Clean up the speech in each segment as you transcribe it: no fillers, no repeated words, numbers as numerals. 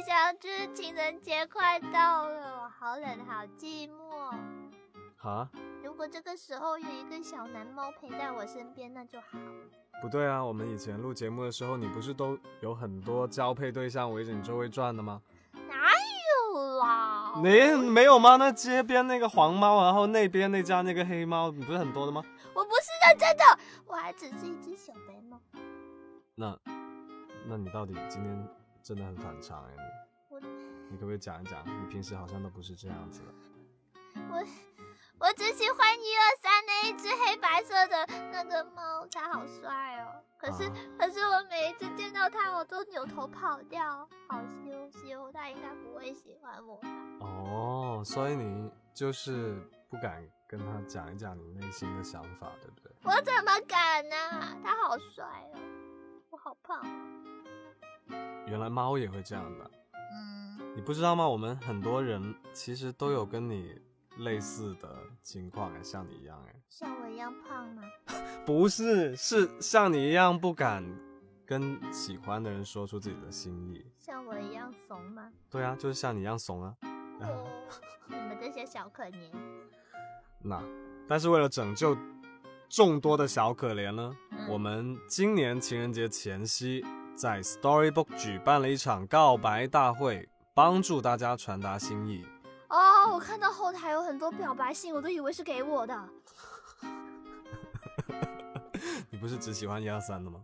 一想就是情人节快到了，好冷好寂寞。 哈？ 如果这个时候有一个小男猫陪在我身边，那就好。 不对啊，我们以前录节目的时候，你不是都有很多交配对象围着你周围转的吗？ 哪有啦？ 你没有吗？那街边那个黄猫，然后那边那家那个黑猫，你不是很多的吗？ 我不是认真的，我还只是一只小白猫。 那你到底今天真的很反常哎，你可不可以讲一讲？你平时好像都不是这样子的。 我只喜欢1、2、3那一只黑白色的那个猫，它好帅哦。可是我每一次见到它，我都扭头跑掉，好羞，它应该不会喜欢我吧？ 哦，所以你就是不敢跟他讲一讲你内心的想法，对不对？ 我怎么敢啊？它好帅哦，我好胖哦。 原来猫也会这样的。你不知道吗？我们很多人其实都有跟你类似的情况，像你一样像我一样胖吗？ 不是，是像你一样不敢跟喜欢的人说出自己的心意。 像我一样怂吗？ 对啊，就是像你一样怂啊。 你们这些小可怜。 但是为了拯救众多的小可怜呢，我们今年情人节前夕在 Storybook 举办了一场告白大会，帮助大家传达心意。 哦，我看到后台有很多表白信，我都以为是给我的。 你不是只喜欢1、2、3的吗？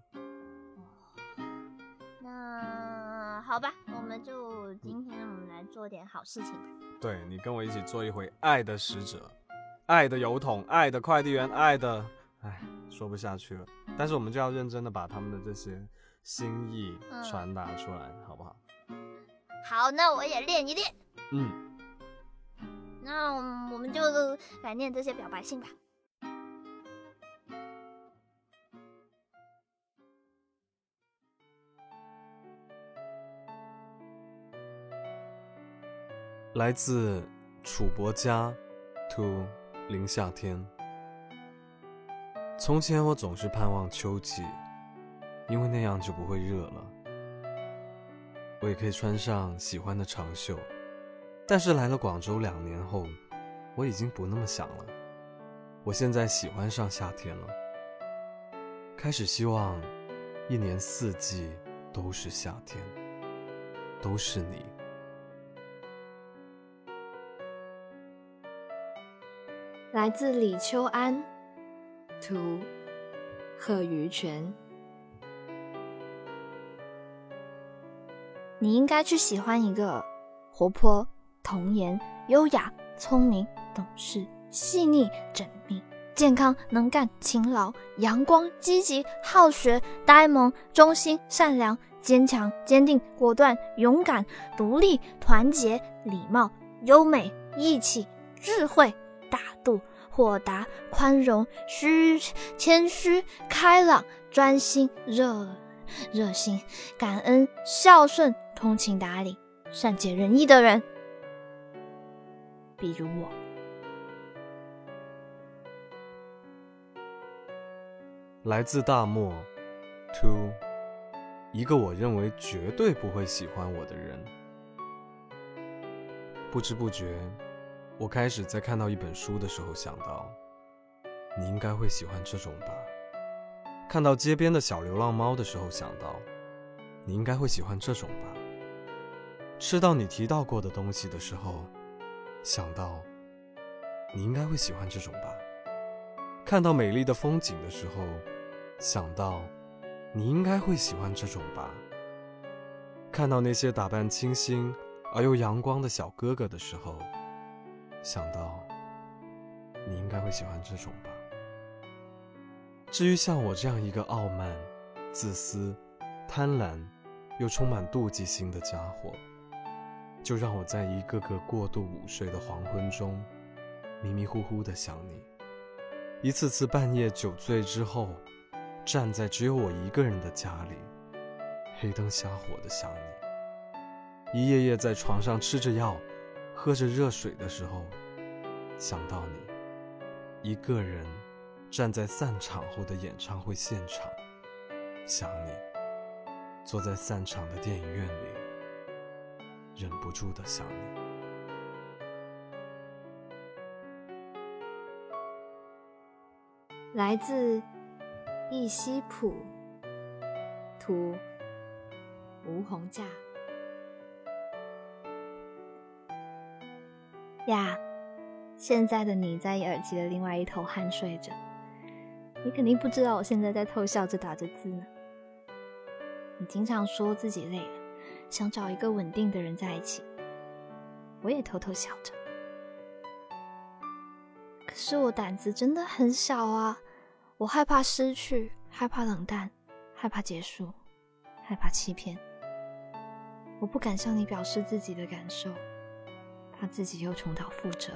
那好吧，今天我们来做点好事情吧。 对，你跟我一起做一回爱的使者，爱的邮筒，爱的快递员，爱的……说不下去了。但是我们就要认真的把他们的这些心意传达出来，好不好？ 好，那我也练一练。那我们就来念这些表白信吧。 来自楚伯家 to 林夏天。从前我总是盼望秋季，因为那样就不会热了，我也可以穿上喜欢的长袖。但是来了广州2年后，我已经不那么想了。我现在喜欢上夏天了，开始希望1年4季都是夏天，都是你。 来自李秋安，图贺于泉。你应该去喜欢一个活泼、童颜、优雅、聪明、懂事、细腻、缜密、健康、能干、勤劳、阳光、积极、好学、呆萌、忠心、善良、坚强、坚定、果断、勇敢、独立、团结、礼貌、优美、义气、智慧、大度、豁达、宽容、谦虚、开朗、专心、热心、感恩、孝顺、通情达理、善解人意的人，比如我。 来自大漠 to 一个我认为绝对不会喜欢我的人。不知不觉，我开始在看到一本书的时候想到，你应该会喜欢这种吧。看到街边的小流浪猫的时候想到，你应该会喜欢这种吧。吃到你提到过的东西的时候想到，你应该会喜欢这种吧。看到美丽的风景的时候想到，你应该会喜欢这种吧。看到那些打扮清新而又阳光的小哥哥的时候想到，你应该会喜欢这种吧。至于像我这样一个傲慢、自私、贪婪又充满妒忌心的家伙，就让我在一个个过度午睡的黄昏中迷迷糊糊地想你，一次次半夜酒醉之后站在只有我一个人的家里，黑灯瞎火地想你，一夜夜在床上吃着药喝着热水的时候想到你，一个人站在散场后的演唱会现场想你，坐在散场的电影院里忍不住的想你。 来自易西卜，图吴红架。呀，现在的你在耳机的另外一头酣睡着，你肯定不知道我现在在偷笑着打着字呢。你经常说自己累了，想找一个稳定的人在一起，我也偷偷笑着。可是我胆子真的很小啊，我害怕失去，害怕冷淡，害怕结束，害怕欺骗。我不敢向你表示自己的感受，怕自己又重蹈覆辙。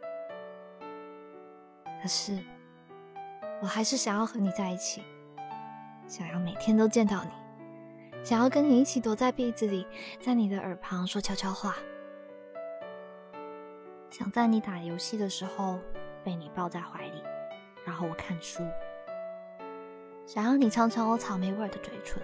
可是我还是想要和你在一起，想要每天都见到你，想要跟你一起躲在被子里，在你的耳旁说悄悄话，想在你打游戏的时候被你抱在怀里，然后我看书，想要你尝尝我草莓味的嘴唇。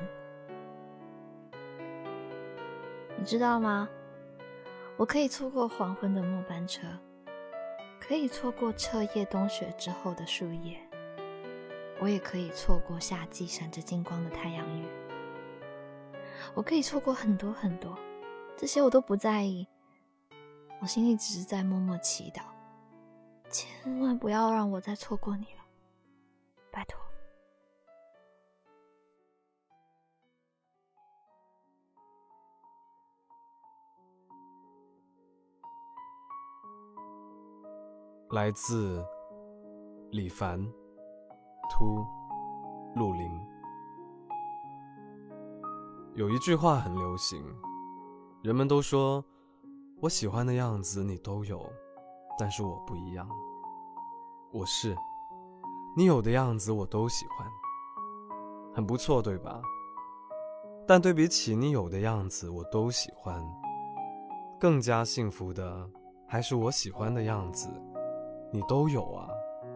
你知道吗？我可以错过黄昏的末班车，可以错过彻夜冬雪之后的树叶，我也可以错过夏季闪着金光的太阳雨。我可以错过很多很多，这些我都不在意，我心里只是在默默祈祷，千万不要让我再错过你了，拜托。 来自李凡，图陆林。有一句话很流行，人们都说我喜欢的样子你都有，但是我不一样。我是你有的样子我都喜欢，很不错对吧？但对比起你有的样子我都喜欢，更加幸福的还是我喜欢的样子你都有啊。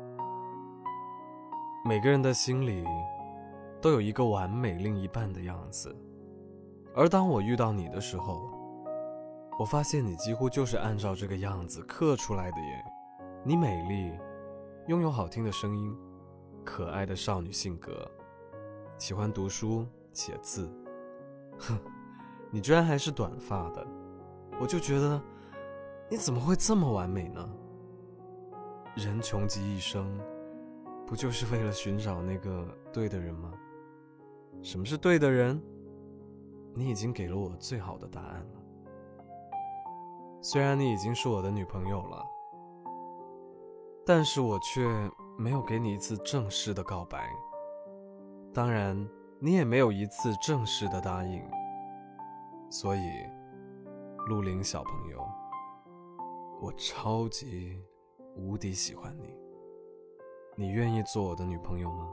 每个人的心里都有一个完美另一半的样子，而当我遇到你的时候，我发现你几乎就是按照这个样子刻出来的耶。你美丽，拥有好听的声音，可爱的少女性格，喜欢读书写字，你居然还是短发的，我就觉得你怎么会这么完美呢？人穷极一生，不就是为了寻找那个对的人吗？什么是对的人？你已经给了我最好的答案了。虽然你已经是我的女朋友了，但是我却没有给你一次正式的告白，当然你也没有一次正式的答应。所以陆林小朋友，我超级无敌喜欢你，你愿意做我的女朋友吗？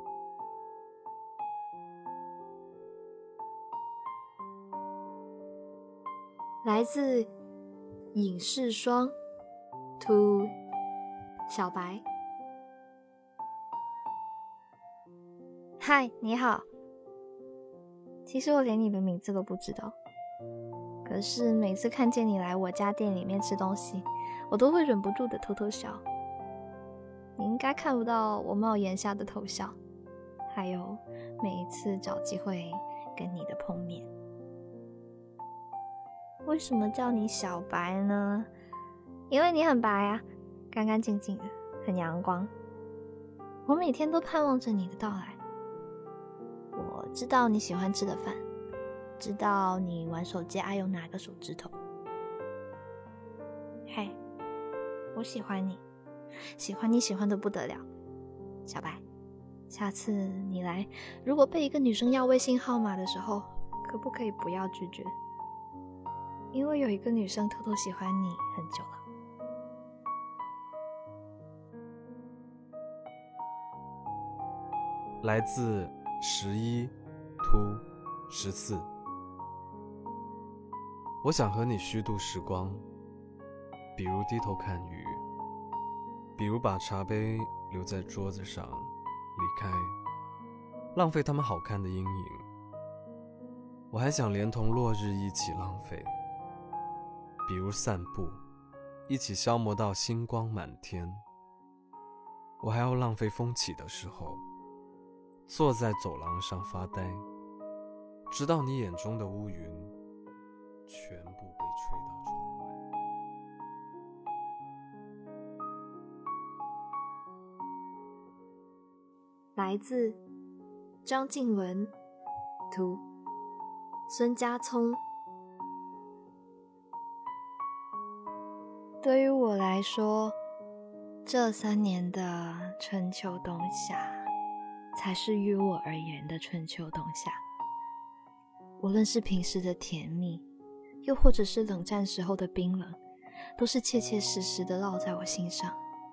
来自影视霜，图小白。嗨，你好。其实我连你的名字都不知道，可是每次看见你来我家店里面吃东西，我都会忍不住的偷偷笑。你应该看不到我帽檐下的偷笑，还有每一次找机会跟你的碰面。为什么叫你小白呢？因为你很白啊，干干净净的，很阳光。我每天都盼望着你的到来。我知道你喜欢吃的饭，知道你玩手机爱用哪个手指头。嘿，我喜欢你，喜欢你喜欢的不得了。小白，下次你来，如果被一个女生要微信号码的时候，可不可以不要拒绝？因为有一个女生偷偷喜欢你很久了。 来自11突14。我想和你虚度时光，比如低头看雨，比如把茶杯留在桌子上离开，浪费他们好看的阴影。我还想连同落日一起浪费， 比如散步，一起消磨到星光满天。我还要浪费风起的时候，坐在走廊上发呆，直到你眼中的乌云全部被吹到窗外。 来自张静文，图孙家聪。对于我来说，这3年的春秋冬夏才是于我而言的春秋冬夏。无论是平时的甜蜜，又或者是冷战时候的冰冷，都是切切实实的烙在我心上。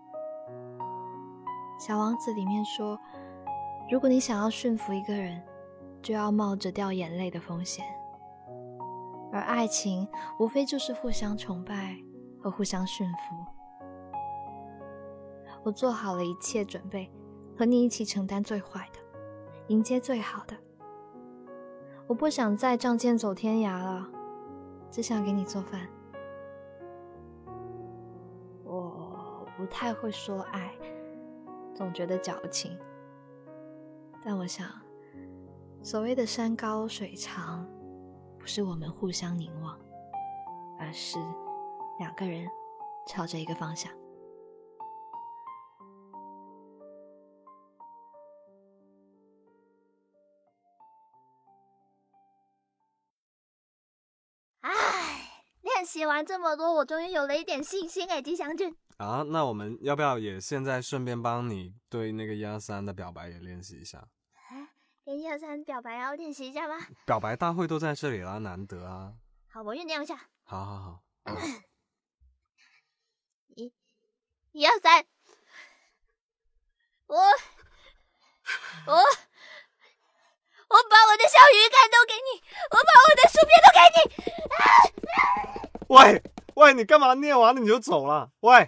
小王子里面说，如果你想要驯服一个人，就要冒着掉眼泪的风险。而爱情无非就是互相崇拜和互相驯服。我做好了一切准备，和你一起承担最坏的，迎接最好的。我不想再仗剑走天涯了，只想给你做饭。我不太会说爱，总觉得矫情。但我想，所谓的山高水长，不是我们互相凝望，而是2个人朝着一个方向。 练习完这么多，我终于有了一点信心吉祥君。 啊，那我们要不要也现在顺便帮你对那个1、2、3的表白也练习一下？ 连1、2、3表白要练习一下吗？ 表白大会都在这里啦，难得啊。 好，我酝酿一下。 好。 1、2、3，我把我的小鱼干都给你，我把我的薯片都给你。 喂，你干嘛念完了你就走了？喂，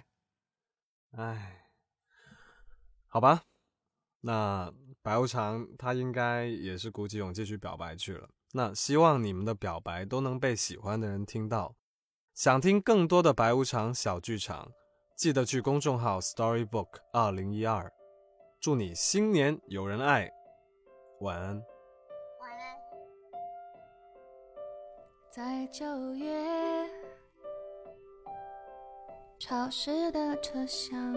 好吧，那白无常他应该也是鼓起勇气去表白去了。那希望你们的表白都能被喜欢的人听到。想听更多的白无常小剧场，记得去公众号 Storybook 2012。祝你新年有人爱，晚安。 晚安。 在9月潮湿的车厢，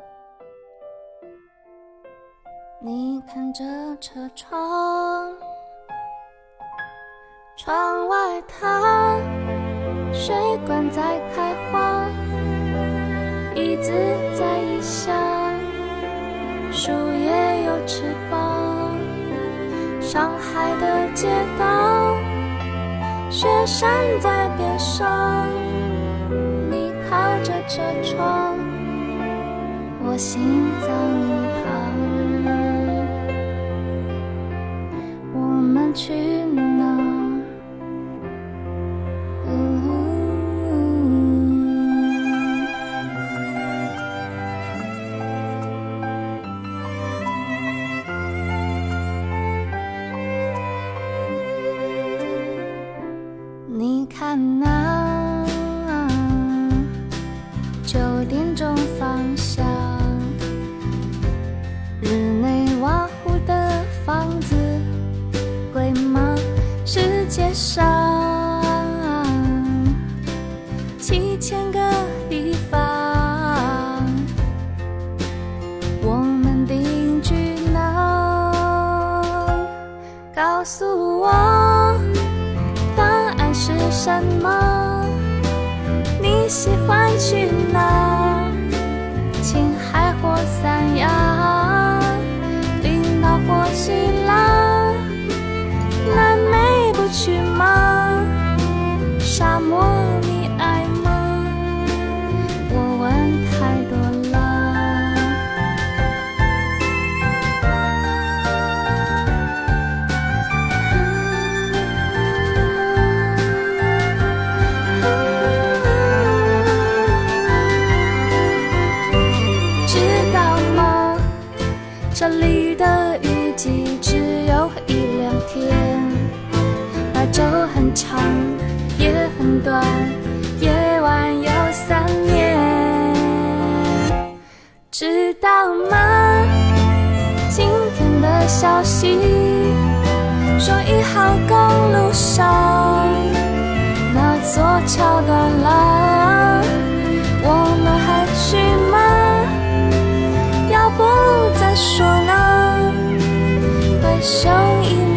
你看着车窗，窗外它水管在开花，椅子在异乡，树叶有翅膀。上海的街道，雪山在边上，你靠着车窗，我心脏旁，我们去哪？你看那9点钟方向，日内瓦湖的房子贵吗？世界上7000个地方，我们定居哪？告诉我是什么？你喜欢去哪？青海或三亚，冰岛或希腊，南美不去吗？沙漠你爱吗？我问太多了。这里的雨季只有1、2天，白昼很长，夜很短，夜晚说1号公路上那座桥断了，我们还去吗？要不再说呢？回声音